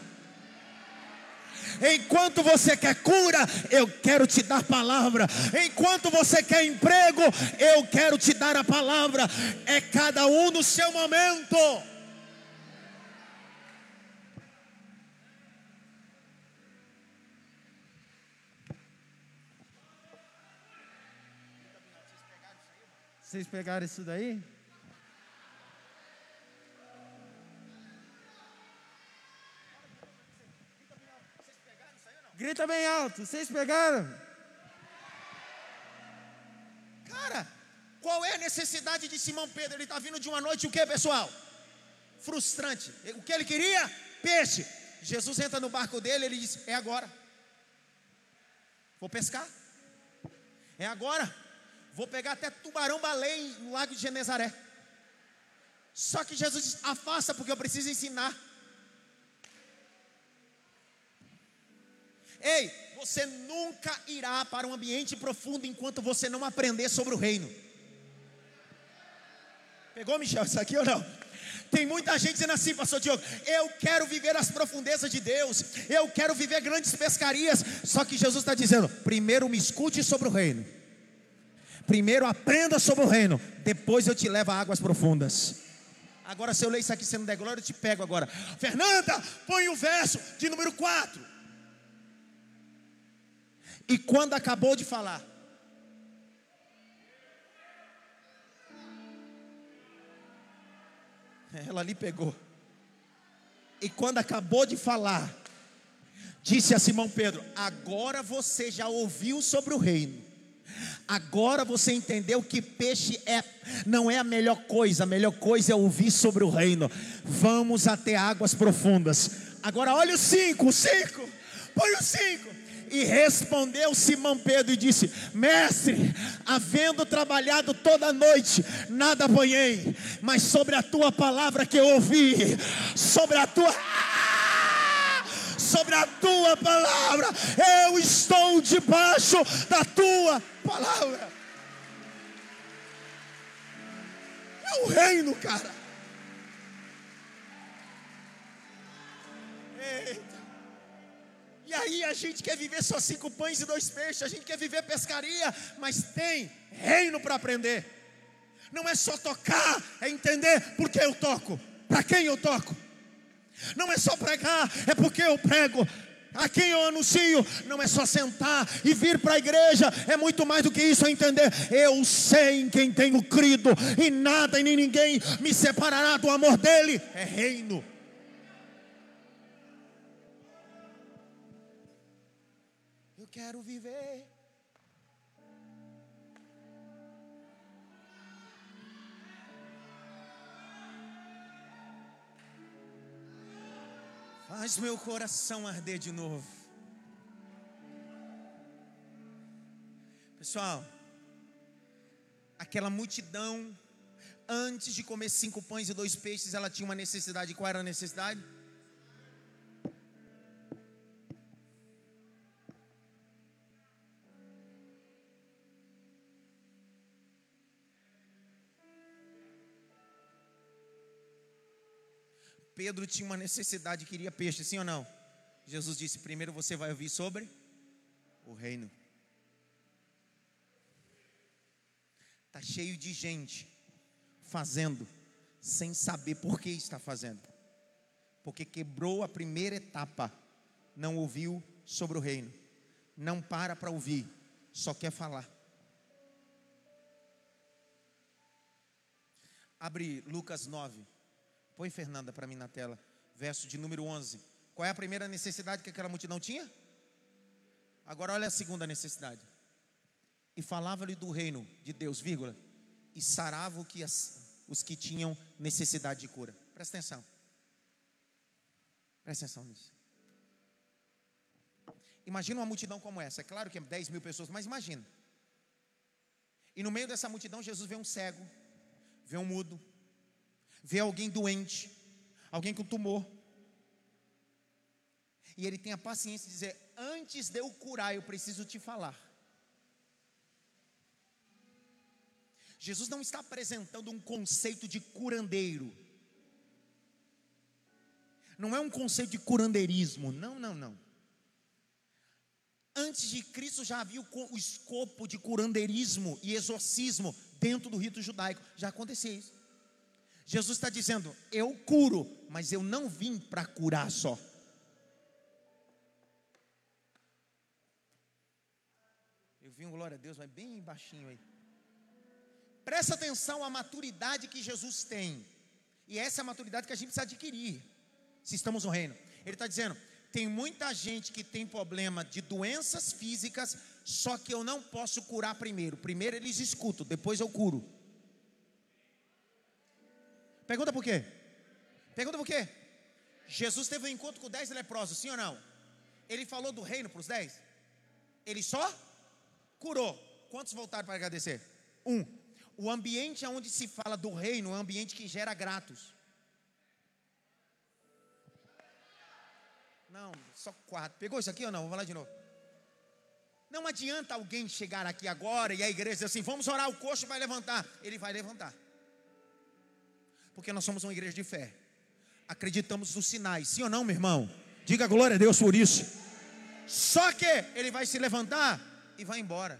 Enquanto você quer cura, eu quero te dar palavra. Enquanto você quer emprego, eu quero te dar a palavra. É cada um no seu momento. Vocês pegaram isso daí? Grita bem alto, vocês pegaram? Cara, qual é a necessidade de Simão Pedro? Ele está vindo de uma noite, o que, pessoal? Frustrante. O que ele queria? Peixe. Jesus entra no barco dele, ele diz: é agora. Vou pescar. É agora. Vou pegar até tubarão-baleia no lago de Genezaré. Só que Jesus diz: afasta, porque eu preciso ensinar. Ei, você nunca irá para um ambiente profundo enquanto você não aprender sobre o reino. Pegou, Michel, isso aqui ou não? Tem muita gente dizendo assim: pastor Diogo, eu quero viver as profundezas de Deus, eu quero viver grandes pescarias. Só que Jesus está dizendo: primeiro me escute sobre o reino, primeiro aprenda sobre o reino, depois eu te levo a águas profundas. Agora, se eu ler isso aqui, se não der glória, eu te pego agora. Fernanda, põe o verso de número quatro. E quando acabou de falar, ela ali pegou. E quando acabou de falar, disse a Simão Pedro: agora você já ouviu sobre o reino. Agora você entendeu que peixe é, não é a melhor coisa. A melhor coisa é ouvir sobre o reino. Vamos até águas profundas. Agora olha o cinco, o cinco. Põe o cinco. E respondeu Simão Pedro e disse: mestre, havendo trabalhado toda a noite, nada apanhei, mas sobre a tua palavra que eu ouvi, sobre a tua sobre a tua palavra. Eu estou debaixo da tua palavra. É o reino, cara. Eita. E aí a gente quer viver só cinco pães e dois peixes. A gente quer viver pescaria, mas tem reino para aprender. Não é só tocar, é entender por que eu toco, para quem eu toco. Não é só pregar, é porque eu prego. A quem eu anuncio. Não é só sentar e vir para a igreja. É muito mais do que isso, é entender. Eu sei em quem tenho crido, e nada e nem ninguém me separará do amor dele. É reino. Eu quero viver. Faz meu coração arder de novo. Pessoal, aquela multidão, antes de comer cinco pães e dois peixes, ela tinha uma necessidade. Qual era a necessidade? Pedro tinha uma necessidade, queria peixe, sim ou não? Jesus disse: primeiro você vai ouvir sobre o reino. Está cheio de gente fazendo sem saber por que está fazendo, porque quebrou a primeira etapa, não ouviu sobre o reino, não para para ouvir, só quer falar. Abre Lucas nove. Põe, Fernanda, para mim na tela, verso de número onze. Qual é a primeira necessidade que aquela multidão tinha? Agora olha a segunda necessidade. E falava-lhe do reino de Deus, vírgula, e sarava o que as, os que tinham necessidade de cura. Presta atenção. Presta atenção nisso. Imagina uma multidão como essa. É claro que é dez mil pessoas, mas imagina. E no meio dessa multidão, Jesus vê um cego, vê um mudo, vê alguém doente, alguém com tumor, e ele tem a paciência de dizer: antes de eu curar, eu preciso te falar. Jesus não está apresentando um conceito de curandeiro, não é um conceito de curandeirismo, não, não, não. Antes de Cristo já havia o, o escopo de curandeirismo e exorcismo dentro do rito judaico, já acontecia isso. Jesus está dizendo: eu curo, mas eu não vim para curar só. Eu vi um glória a Deus, mas bem baixinho aí. Presta atenção à maturidade que Jesus tem. E essa é a maturidade que a gente precisa adquirir, se estamos no reino. Ele está dizendo: tem muita gente que tem problema de doenças físicas, só que eu não posso curar primeiro. Primeiro eles escutam, depois eu curo. Pergunta por quê? Pergunta por quê? Jesus teve um encontro com dez leprosos, sim ou não? Ele falou do reino para os dez? Ele só curou. Quantos voltaram para agradecer? Um. O ambiente onde se fala do reino é um ambiente que gera gratos. Não, só quatro. Pegou isso aqui ou não? Vamos falar de novo. Não adianta alguém chegar aqui agora e a igreja dizer assim: vamos orar, o coxo vai levantar. Ele vai levantar. Porque nós somos uma igreja de fé. Acreditamos nos sinais, sim ou não, meu irmão? Diga glória a Deus por isso. Só que ele vai se levantar e vai embora.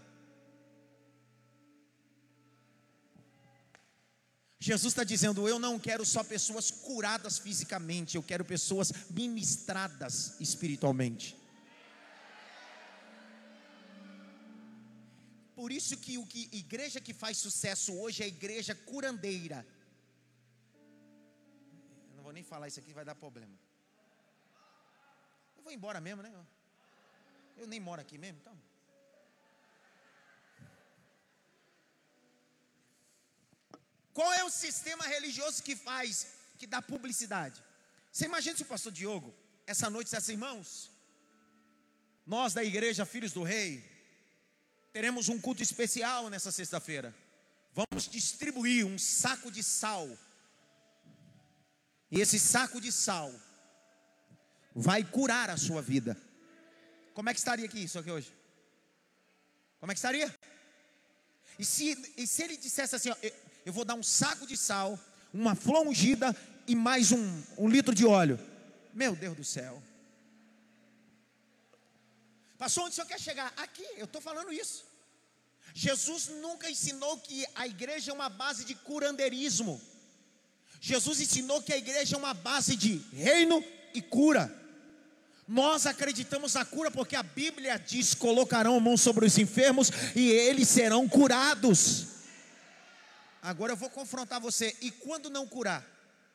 Jesus está dizendo: eu não quero só pessoas curadas fisicamente, eu quero pessoas ministradas espiritualmente. Por isso que o que igreja que faz sucesso hoje é a igreja curandeira. Eu não vou nem falar isso aqui, vai dar problema. Eu vou embora mesmo, né? Eu nem moro aqui mesmo, então. Qual é o sistema religioso que faz, que dá publicidade? Você imagina se o pastor Diogo, essa noite, dissesse: irmãos, nós da igreja Filhos do Rei, teremos um culto especial nessa sexta-feira. Vamos distribuir um saco de sal. E esse saco de sal vai curar a sua vida. Como é que estaria aqui isso aqui hoje? Como é que estaria? E se, e se ele dissesse assim, ó, eu, eu vou dar um saco de sal, uma flor ungida e mais um, um litro de óleo. Meu Deus do céu. Pastor, onde o senhor quer chegar? Aqui, eu estou falando isso. Jesus nunca ensinou que a igreja é uma base de curandeirismo. Jesus ensinou que a igreja é uma base de reino e cura. Nós acreditamos na cura porque a Bíblia diz: colocarão a mão sobre os enfermos e eles serão curados. Agora eu vou confrontar você. E quando não curar?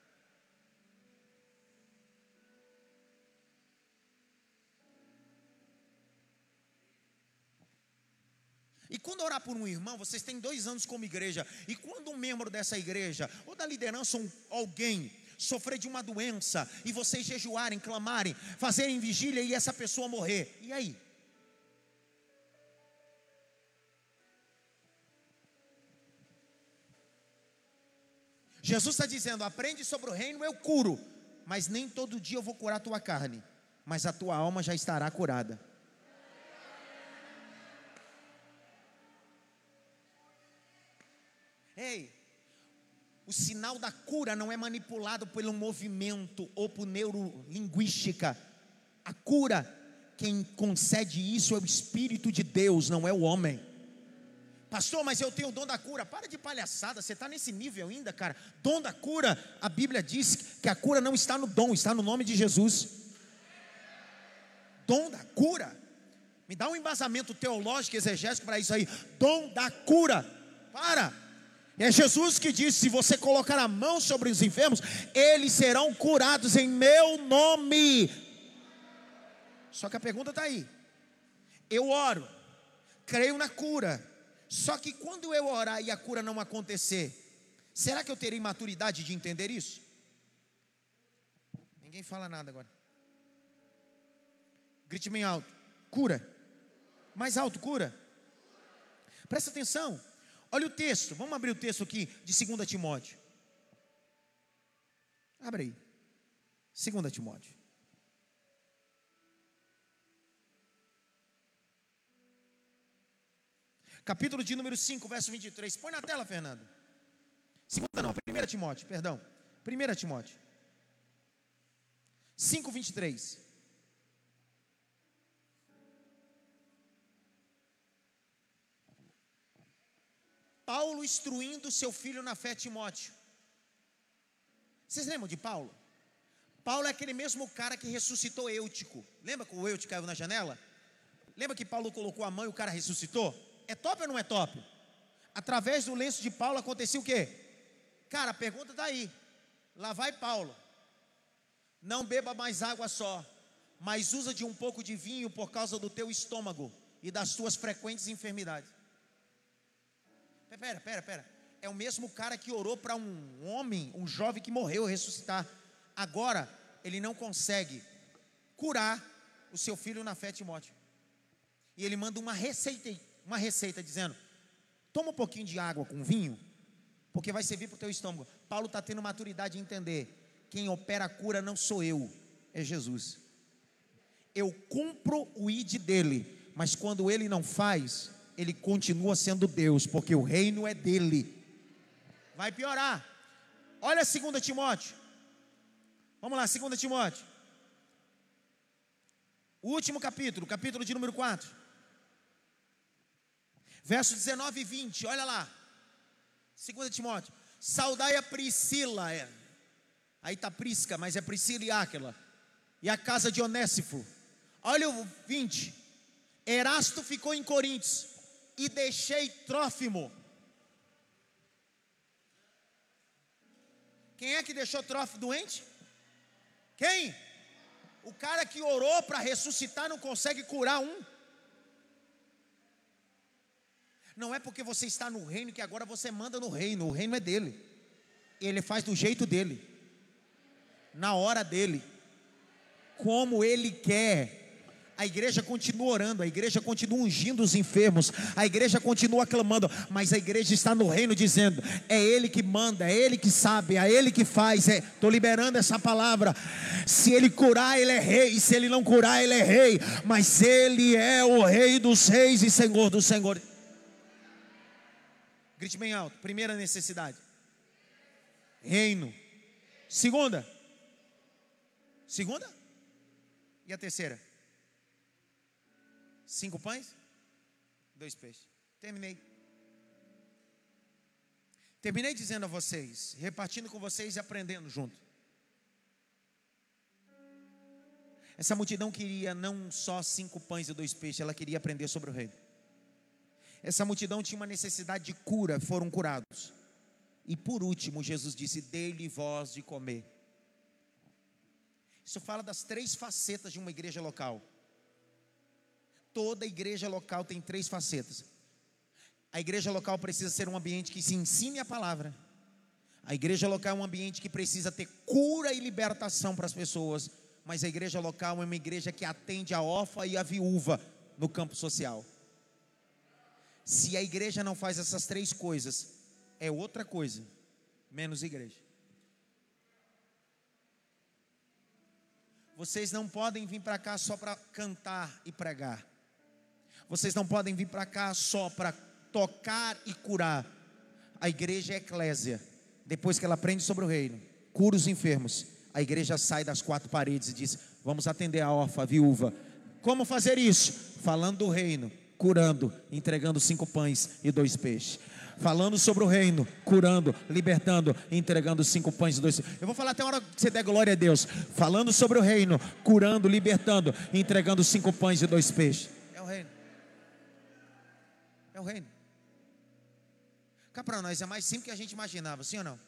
E quando orar por um irmão, vocês têm dois anos como igreja, e quando um membro dessa igreja, ou da liderança, um, alguém, sofrer de uma doença, e vocês jejuarem, clamarem, fazerem vigília, e essa pessoa morrer, e aí? Jesus está dizendo: aprende sobre o reino, eu curo, mas nem todo dia eu vou curar a tua carne, mas a tua alma já estará curada. Ei, o sinal da cura não é manipulado pelo movimento ou por neurolinguística. A cura, quem concede isso é o Espírito de Deus, não é o homem. Pastor, mas eu tenho o dom da cura. Para de palhaçada, você está nesse nível ainda, cara. Dom da cura, a Bíblia diz que a cura não está no dom, está no nome de Jesus. Dom da cura, me dá um embasamento teológico, exegético para isso aí. Dom da cura, para. É Jesus que disse: se você colocar a mão sobre os enfermos, eles serão curados em meu nome. Só que a pergunta está aí. Eu oro, creio na cura, só que quando eu orar e a cura não acontecer, será que eu terei maturidade de entender isso? Ninguém fala nada agora. Grite bem alto: cura. Mais alto: cura. Presta atenção. Olha o texto, vamos abrir o texto aqui de Segunda Timóteo. Abre aí, Segunda Timóteo. Capítulo de número cinco, verso vinte e três. Põe na tela, Fernando. Segunda não, Primeira Timóteo, perdão. Primeira Timóteo cinco, vinte e três. Paulo instruindo seu filho na fé, Timóteo. Vocês lembram de Paulo? Paulo é aquele mesmo cara que ressuscitou Eutico. Lembra que o Eutico caiu na janela? Lembra que Paulo colocou a mão e o cara ressuscitou? É top ou não é top? Através do lenço de Paulo acontecia o quê? Cara, a pergunta está aí. Lá vai Paulo: não beba mais água só, mas usa de um pouco de vinho por causa do teu estômago e das tuas frequentes enfermidades. Pera, pera, pera. É o mesmo cara que orou para um homem, um jovem que morreu, ressuscitar. Agora, ele não consegue curar o seu filho na fé, Timóteo. E ele manda uma receita, uma receita dizendo: toma um pouquinho de água com vinho, porque vai servir para o teu estômago. Paulo está tendo maturidade de entender: quem opera a cura não sou eu, é Jesus. Eu cumpro o id dele, mas quando ele não faz, ele continua sendo Deus, porque o reino é dele. Vai piorar. Olha Segunda Timóteo. Vamos lá, Segunda Timóteo. O último capítulo, capítulo de número quatro. Versos dezenove e vinte, olha lá. Segunda Timóteo. Saudai a Priscila. É. Aí está Prisca, mas é Priscila e Áquila. E a casa de Onésipo. Olha o vinte. Erasto ficou em Coríntios, e deixei Trófimo. Quem é que deixou Trófimo doente? Quem? O cara que orou para ressuscitar não consegue curar um. Não é porque você está no reino que agora você manda no reino. O reino é dele. Ele faz do jeito dele, na hora dele, como ele quer. A igreja continua orando, a igreja continua ungindo os enfermos, a igreja continua clamando, mas a igreja está no reino dizendo: é Ele que manda, é Ele que sabe, é Ele que faz. Estou liberando essa palavra. Se Ele curar, Ele é rei, se Ele não curar, Ele é rei, mas Ele é o Rei dos reis e Senhor dos senhores. Grite bem alto. Primeira necessidade: reino. Segunda. Segunda? E a terceira? Cinco pães, dois peixes. Terminei. Terminei dizendo a vocês, repartindo com vocês e aprendendo junto. Essa multidão queria não só cinco pães e dois peixes, ela queria aprender sobre o reino. Essa multidão tinha uma necessidade de cura, foram curados. E por último, Jesus disse: dê-lhe voz de comer. Isso fala das três facetas de uma igreja local. Toda igreja local tem três facetas. A igreja local precisa ser um ambiente que se ensine a palavra. A igreja local é um ambiente que precisa ter cura e libertação para as pessoas. Mas a igreja local é uma igreja que atende a órfã e a viúva no campo social. Se a igreja não faz essas três coisas, é outra coisa, menos igreja. Vocês não podem vir para cá só para cantar e pregar. Vocês não podem vir para cá só para tocar e curar. A igreja é eclésia. Depois que ela aprende sobre o reino, cura os enfermos, a igreja sai das quatro paredes e diz: vamos atender a órfã, a viúva. Como fazer isso? Falando do reino, curando, entregando cinco pães e dois peixes. Falando sobre o reino, curando, libertando, entregando cinco pães e dois peixes. Eu vou falar até a hora que você der glória a Deus. Falando sobre o reino, curando, libertando, entregando cinco pães e dois peixes. É o reino. É o reino. Cá para nós é mais simples que a gente imaginava, sim ou não?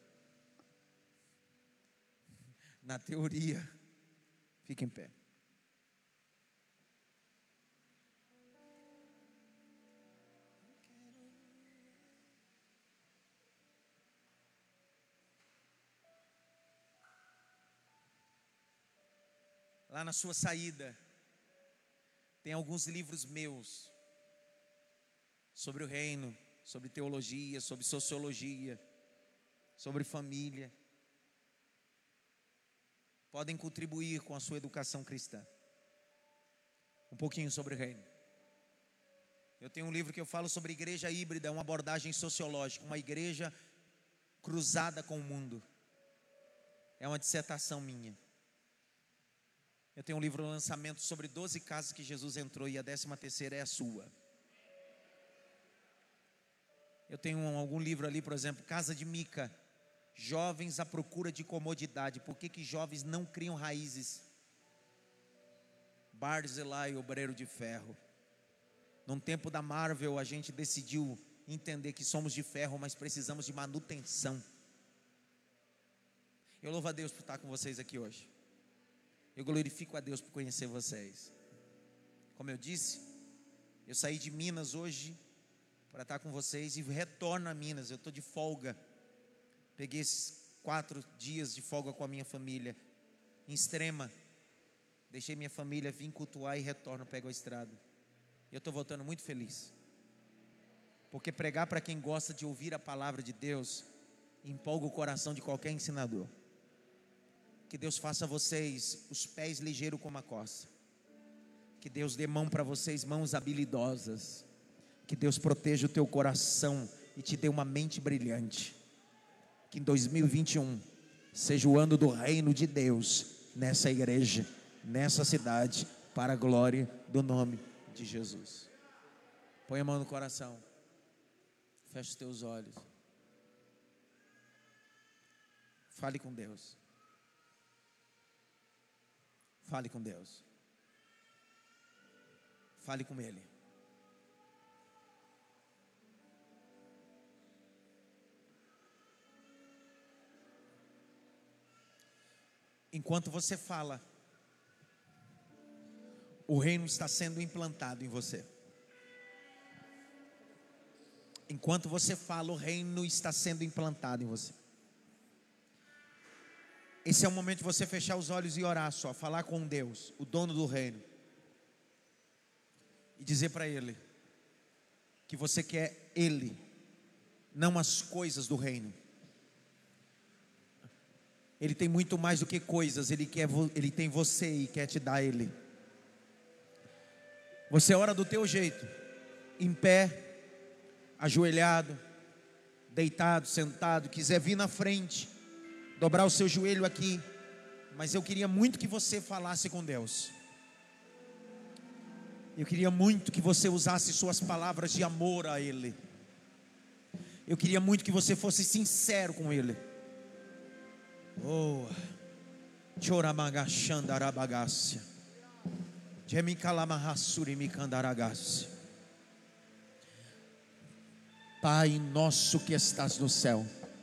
Na teoria. Fica em pé. Lá na sua saída tem alguns livros meus sobre o reino, sobre teologia, sobre sociologia, sobre família. Podem contribuir com a sua educação cristã. Um pouquinho sobre o reino. Eu tenho um livro que eu falo sobre igreja híbrida, uma abordagem sociológica, uma igreja cruzada com o mundo. É uma dissertação minha. Eu tenho um livro no lançamento sobre doze casas que Jesus entrou e a décima terceira é a sua. Eu tenho um, algum livro ali, por exemplo, Casa de Mica, jovens à procura de comodidade. Por que que jovens não criam raízes? Barzilai, obreiro de ferro. Num tempo da Marvel, a gente decidiu entender que somos de ferro, mas precisamos de manutenção. Eu louvo a Deus por estar com vocês aqui hoje. Eu glorifico a Deus por conhecer vocês. Como eu disse, eu saí de Minas hoje para estar com vocês e retorno a Minas. Eu estou de folga. Peguei esses quatro dias de folga com a minha família em Extrema. Deixei minha família vir cultuar e retorno, pego a estrada. Eu estou voltando muito feliz. Porque pregar para quem gosta de ouvir a palavra de Deus empolga o coração de qualquer ensinador. Que Deus faça vocês os pés ligeiros como a costa. Que Deus dê mão para vocês, mãos habilidosas. Que Deus proteja o teu coração e te dê uma mente brilhante. Que em dois mil e vinte e um seja o ano do reino de Deus nessa igreja, nessa cidade, para a glória do nome de Jesus. Põe a mão no coração. Feche os teus olhos. Fale com Deus. Fale com Deus. Fale com Ele. Enquanto você fala, o reino está sendo implantado em você. Enquanto você fala, o reino está sendo implantado em você. Esse é o momento de você fechar os olhos e orar só, falar com Deus, o dono do reino. e dizer para Ele que você quer Ele, não as coisas do reino. Ele tem muito mais do que coisas, Ele, quer, Ele tem você e quer te dar Ele. Você ora do teu jeito, em pé, ajoelhado, deitado, sentado, quiser vir na frente, dobrar o seu joelho aqui, mas eu queria muito que você falasse com Deus. Eu queria muito que você usasse suas palavras de amor a Ele. Eu queria muito que você fosse sincero com Ele. Oh, choramagachandarabagácia, jemicalamahasurimicandaragacia. Pai nosso que estás no céu,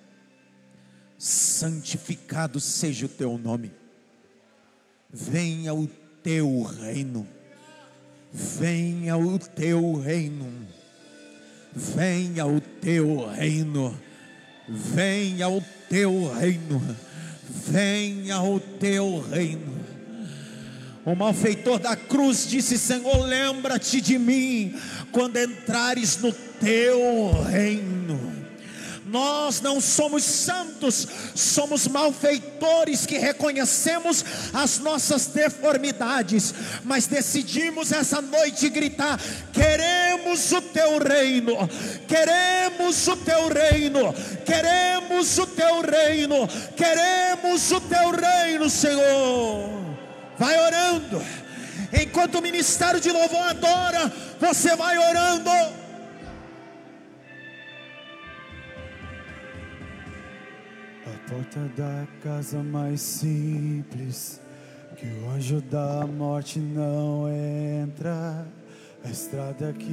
santificado seja o teu nome. Venha o teu reino. Venha o teu reino. Venha o teu reino. Venha o teu reino. Venha o teu reino. O malfeitor da cruz disse: Senhor, lembra-te de mim quando entrares no teu reino. Nós não somos santos, somos malfeitores que reconhecemos as nossas deformidades, mas decidimos essa noite gritar: queremos o teu reino, queremos o teu reino, queremos o teu reino, queremos o teu reino, Senhor. Vai orando, enquanto o ministério de louvor adora, você vai orando. A porta da casa mais simples, que o anjo da morte não entra. A estrada que